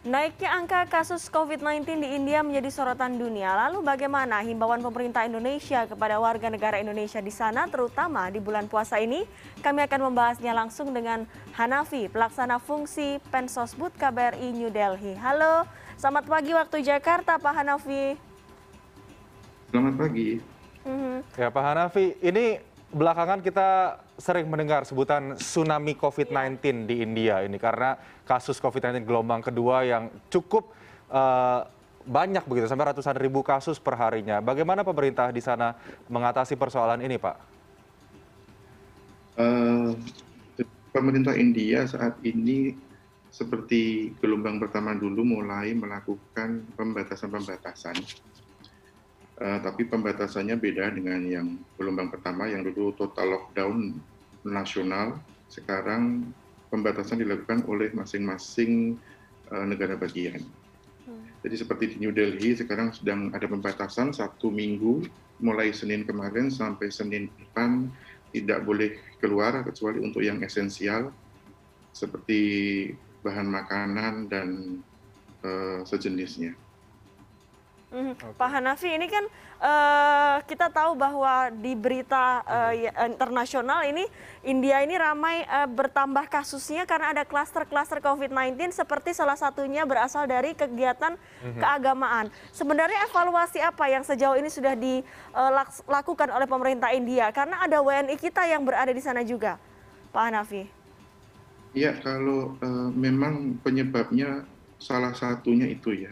Naiknya angka kasus COVID-19 di India menjadi sorotan dunia. Lalu bagaimana himbauan pemerintah Indonesia kepada warga negara Indonesia di sana, terutama di bulan puasa ini? Kami akan membahasnya langsung dengan Hanafi, pelaksana fungsi Pensosbud KBRI New Delhi. Halo, selamat pagi waktu Jakarta, Pak Hanafi. Selamat pagi. Ya Pak Hanafi, ini belakangan kita sering mendengar sebutan tsunami COVID-19 di India ini karena kasus COVID-19 gelombang kedua yang cukup banyak begitu, sampai ratusan ribu kasus per harinya. Bagaimana pemerintah di sana mengatasi persoalan ini, Pak? Eh, Pemerintah India saat ini seperti gelombang pertama dulu mulai melakukan pembatasan-pembatasan. Tapi pembatasannya beda dengan yang gelombang pertama yang dulu total lockdown nasional. Sekarang pembatasan dilakukan oleh masing-masing negara bagian. Jadi seperti di New Delhi sekarang sedang ada pembatasan 1 minggu mulai Senin kemarin sampai Senin depan tidak boleh keluar kecuali untuk yang esensial seperti bahan makanan dan sejenisnya. Pak Hanafi, ini kan kita tahu bahwa di berita internasional ini India ini ramai bertambah kasusnya karena ada klaster-klaster COVID-19 seperti salah satunya berasal dari kegiatan keagamaan. Sebenarnya evaluasi apa yang sejauh ini sudah dilakukan oleh pemerintah India? Karena ada WNI kita yang berada di sana juga, Pak Hanafi. Iya, kalau memang penyebabnya salah satunya itu ya,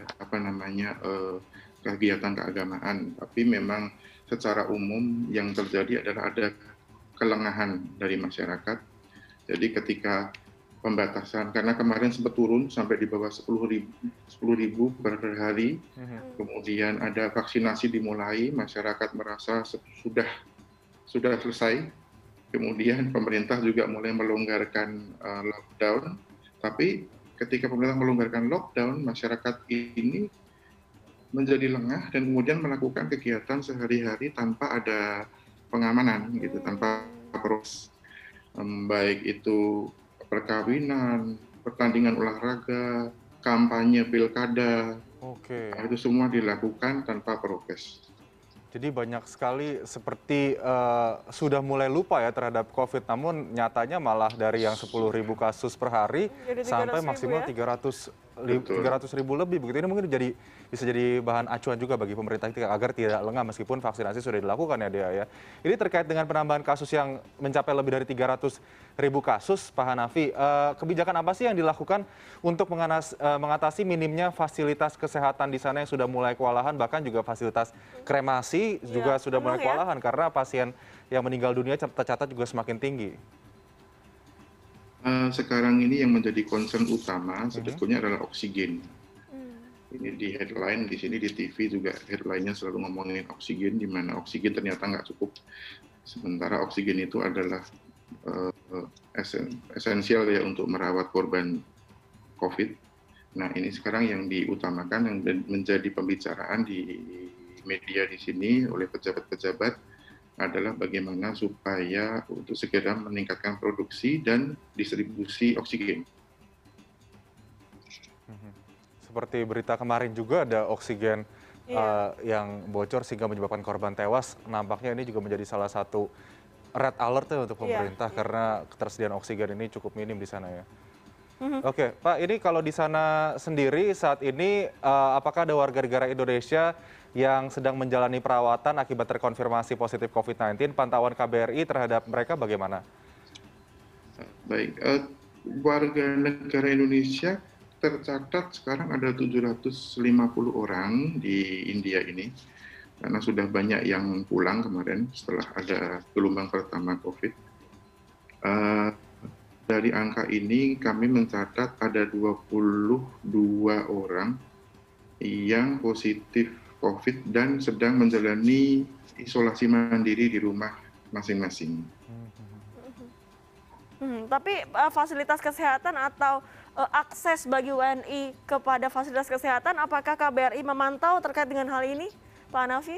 kegiatan keagamaan. Tapi memang secara umum yang terjadi adalah ada kelengahan dari masyarakat. Jadi ketika pembatasan, karena kemarin sempat turun sampai di bawah 10.000 per hari, kemudian ada vaksinasi dimulai, masyarakat merasa sudah selesai. Kemudian pemerintah juga mulai melonggarkan lockdown, tapi ketika pemerintah melonggarkan lockdown, masyarakat ini menjadi lengah dan kemudian melakukan kegiatan sehari-hari tanpa ada pengamanan, gitu, tanpa proses, baik itu perkawinan, pertandingan olahraga, kampanye pilkada, itu semua dilakukan tanpa prokes. Jadi banyak sekali seperti sudah mulai lupa ya terhadap COVID, namun nyatanya malah dari yang 10.000 kasus per hari sampai maksimal 300.000 lebih begitu. Ini mungkin bisa jadi bahan acuan juga bagi pemerintah agar tidak lengah meskipun vaksinasi sudah dilakukan ya Dea ya. Ini terkait dengan penambahan kasus yang mencapai lebih dari 300.000 kasus, Pak Hanafi, kebijakan apa sih yang dilakukan untuk mengatasi minimnya fasilitas kesehatan di sana yang sudah mulai kewalahan, bahkan juga fasilitas kremasi juga sudah mulai kewalahan karena pasien yang meninggal dunia tercatat juga semakin tinggi. Sekarang ini yang menjadi concern utama sebetulnya adalah oksigen. Ini di headline di sini di TV juga headline-nya selalu ngomongin oksigen, di mana oksigen ternyata nggak cukup. Sementara oksigen itu adalah esensial ya untuk merawat korban COVID. Nah ini sekarang yang diutamakan, yang menjadi pembicaraan di media di sini oleh pejabat-pejabat adalah bagaimana supaya untuk segera meningkatkan produksi dan distribusi oksigen. Seperti berita kemarin juga ada oksigen yang bocor sehingga menyebabkan korban tewas. Nampaknya ini juga menjadi salah satu red alert ya untuk pemerintah karena ketersediaan oksigen ini cukup minim di sana ya. Oke, Pak, ini kalau di sana sendiri saat ini apakah ada warga negara Indonesia yang sedang menjalani perawatan akibat terkonfirmasi positif COVID-19? Pantauan KBRI terhadap mereka bagaimana? Baik, warga negara Indonesia tercatat sekarang ada 750 orang di India ini, karena sudah banyak yang pulang kemarin setelah ada gelombang pertama COVID. Dari angka ini kami mencatat ada 22 orang yang positif COVID dan sedang menjalani isolasi mandiri di rumah masing-masing. Tapi fasilitas kesehatan atau akses bagi WNI kepada fasilitas kesehatan, apakah KBRI memantau terkait dengan hal ini, Pak Hanafi?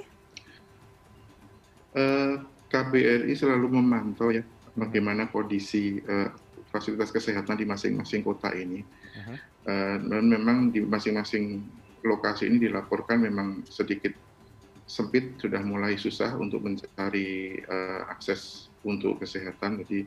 KBRI selalu memantau ya bagaimana kondisi fasilitas kesehatan di masing-masing kota ini. Dan memang di masing-masing lokasi ini dilaporkan memang sedikit sempit, sudah mulai susah untuk mencari akses untuk kesehatan. Jadi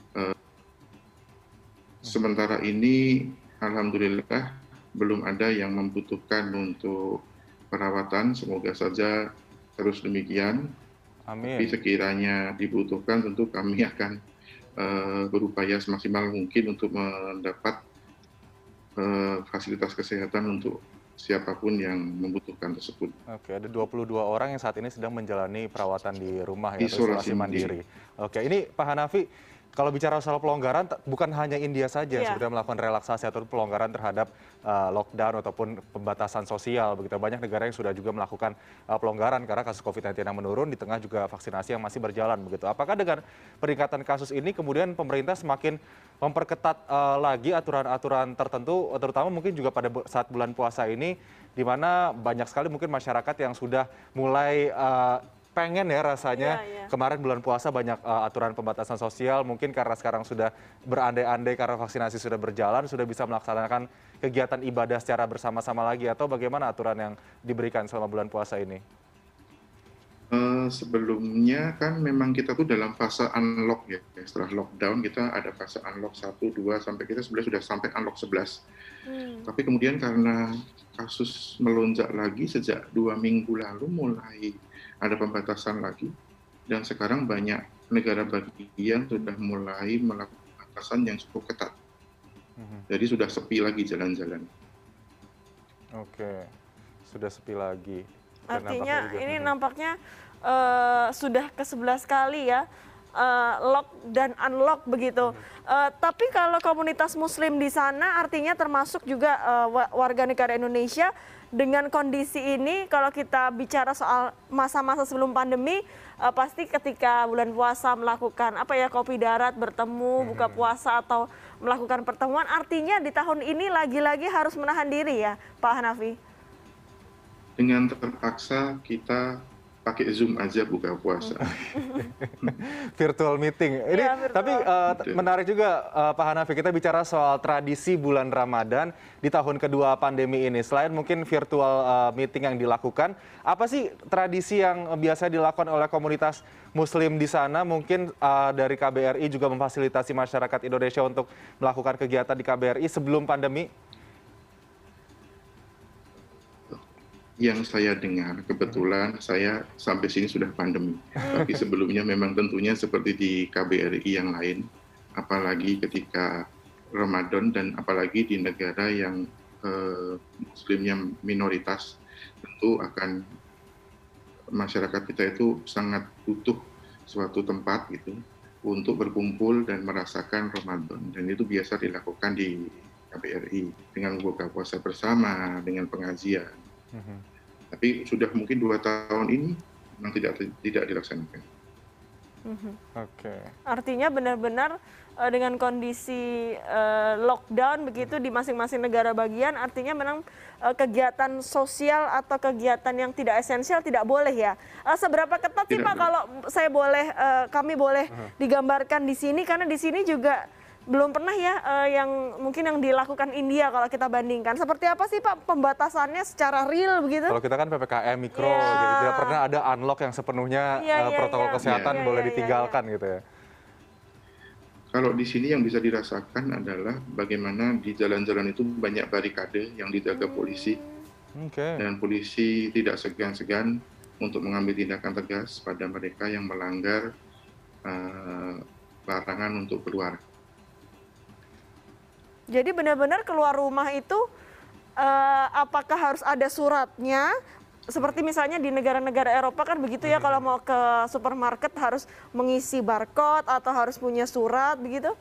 sementara ini alhamdulillah belum ada yang membutuhkan untuk perawatan, semoga saja terus demikian. Amin. Tapi sekiranya dibutuhkan tentu kami akan berupaya semaksimal mungkin untuk mendapat fasilitas kesehatan untuk siapapun yang membutuhkan tersebut. Oke, ada 22 orang yang saat ini sedang menjalani perawatan di rumah ya, atau Isolasi mandiri. Oke, ini Pak Hanafi, kalau bicara soal pelonggaran, bukan hanya India saja yang sebetulnya melakukan relaksasi atau pelonggaran terhadap lockdown ataupun pembatasan sosial. Begitu banyak negara yang sudah juga melakukan pelonggaran karena kasus COVID-19 yang menurun, di tengah juga vaksinasi yang masih berjalan. Begitu. Apakah dengan peningkatan kasus ini kemudian pemerintah semakin memperketat lagi aturan-aturan tertentu, terutama mungkin juga pada saat bulan puasa ini, di mana banyak sekali mungkin masyarakat yang sudah mulai pengen ya rasanya kemarin bulan puasa banyak aturan pembatasan sosial, mungkin karena sekarang sudah berandai-andai karena vaksinasi sudah berjalan, sudah bisa melaksanakan kegiatan ibadah secara bersama-sama lagi, atau bagaimana aturan yang diberikan selama bulan puasa ini? Sebelumnya kan memang kita tuh dalam fase unlock ya. Setelah lockdown kita ada fase unlock 1, 2, sampai kita sebenarnya sudah sampai unlock 11. Tapi kemudian karena kasus melonjak lagi sejak 2 minggu lalu mulai ada pembatasan lagi, dan sekarang banyak negara bagian sudah mulai melakukan pembatasan yang cukup ketat. Jadi sudah sepi lagi jalan-jalan. Oke, sudah sepi lagi. Artinya ini nampaknya sudah ke-11 kali ya lock dan unlock begitu. Tapi kalau komunitas muslim di sana artinya termasuk juga warga negara Indonesia, dengan kondisi ini kalau kita bicara soal masa-masa sebelum pandemi, pasti ketika bulan puasa melakukan kopi darat, bertemu, buka puasa atau melakukan pertemuan, artinya di tahun ini lagi-lagi harus menahan diri ya Pak Hanafi? Dengan terpaksa kita pakai Zoom aja buka puasa. Virtual meeting. Ini virtual. Tapi menarik juga Pak Hanafi, kita bicara soal tradisi bulan Ramadan di tahun kedua pandemi ini. Selain mungkin virtual meeting yang dilakukan, apa sih tradisi yang biasa dilakukan oleh komunitas muslim di sana? Mungkin dari KBRI juga memfasilitasi masyarakat Indonesia untuk melakukan kegiatan di KBRI sebelum pandemi? Yang saya dengar, kebetulan saya sampai sini sudah pandemi. Tapi sebelumnya memang tentunya seperti di KBRI yang lain, apalagi ketika Ramadan dan apalagi di negara yang muslimnya minoritas, tentu akan masyarakat kita itu sangat butuh suatu tempat gitu untuk berkumpul dan merasakan Ramadan. Dan itu biasa dilakukan di KBRI dengan buka puasa bersama, dengan pengajian. Tapi sudah mungkin 2 tahun ini memang tidak dilaksanakan. Oke. Artinya benar-benar dengan kondisi lockdown begitu di masing-masing negara bagian, artinya memang kegiatan sosial atau kegiatan yang tidak esensial tidak boleh ya. Seberapa ketat sih Pak kalau kami boleh digambarkan di sini, karena di sini juga belum pernah ya yang mungkin yang dilakukan India kalau kita bandingkan. Seperti apa sih Pak pembatasannya secara real begitu? Kalau kita kan PPKM mikro, gitu. Tidak pernah ada unlock yang sepenuhnya protokol kesehatan boleh ditinggalkan gitu ya. Kalau di sini yang bisa dirasakan adalah bagaimana di jalan-jalan itu banyak barikade yang dijaga polisi. Dan polisi tidak segan-segan untuk mengambil tindakan tegas pada mereka yang melanggar larangan untuk keluar. Jadi benar-benar keluar rumah itu apakah harus ada suratnya? Seperti misalnya di negara-negara Eropa kan begitu ya, kalau mau ke supermarket harus mengisi barcode atau harus punya surat begitu?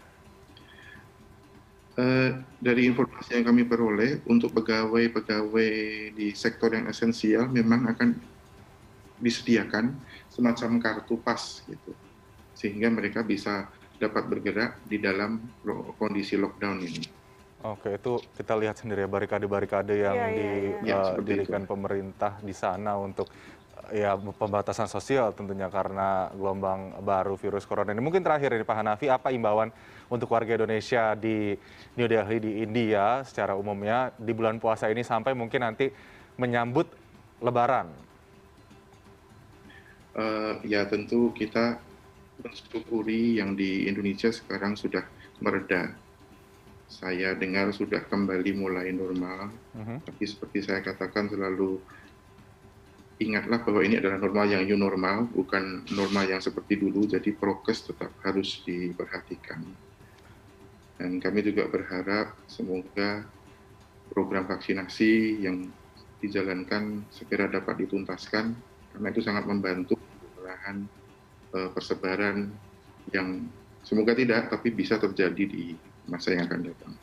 Dari informasi yang kami peroleh, untuk pegawai-pegawai di sektor yang esensial memang akan disediakan semacam kartu pas gitu, sehingga mereka bisa dapat bergerak di dalam kondisi lockdown ini. Oke, itu kita lihat sendiri ya barikade-barikade yang didirikan pemerintah di sana untuk ya pembatasan sosial tentunya karena gelombang baru virus corona ini. Mungkin terakhir ini Pak Hanafi, apa imbauan untuk warga Indonesia di New Delhi di India secara umumnya di bulan puasa ini sampai mungkin nanti menyambut Lebaran? Ya tentu kita mensyukuri yang di Indonesia sekarang sudah mereda. Saya dengar sudah kembali mulai normal, tapi seperti saya katakan selalu, ingatlah bahwa ini adalah normal yang new normal, bukan normal yang seperti dulu, jadi prokes tetap harus diperhatikan. Dan kami juga berharap semoga program vaksinasi yang dijalankan segera dapat dituntaskan, karena itu sangat membantu pencegahan persebaran yang semoga tidak, tapi bisa terjadi di masa yang akan datang.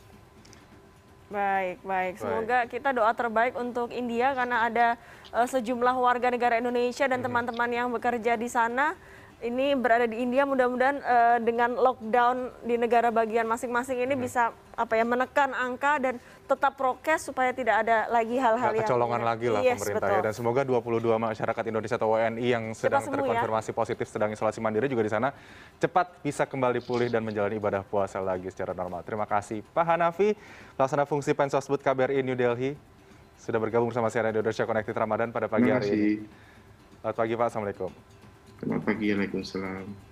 Baik. Semoga kita doa terbaik untuk India karena ada sejumlah warga negara Indonesia dan teman-teman yang bekerja di sana ini berada di India. Mudah-mudahan dengan lockdown di negara bagian masing-masing ini bisa menekan angka dan tetap prokes supaya tidak ada lagi hal-hal yang kecolongan lagi lah pemerintah ya. Dan semoga 22 masyarakat Indonesia atau WNI yang sedang terkonfirmasi positif sedang isolasi mandiri juga di sana cepat bisa kembali pulih dan menjalani ibadah puasa lagi secara normal. Terima kasih Pak Hanafi, pelaksana fungsi Pensosbud KBRI New Delhi, sudah bergabung bersama CNN Indonesia Connected Ramadan pada pagi hari ini. Selamat pagi Pak, Assalamualaikum. Selamat pagi, Waalaikumsalam.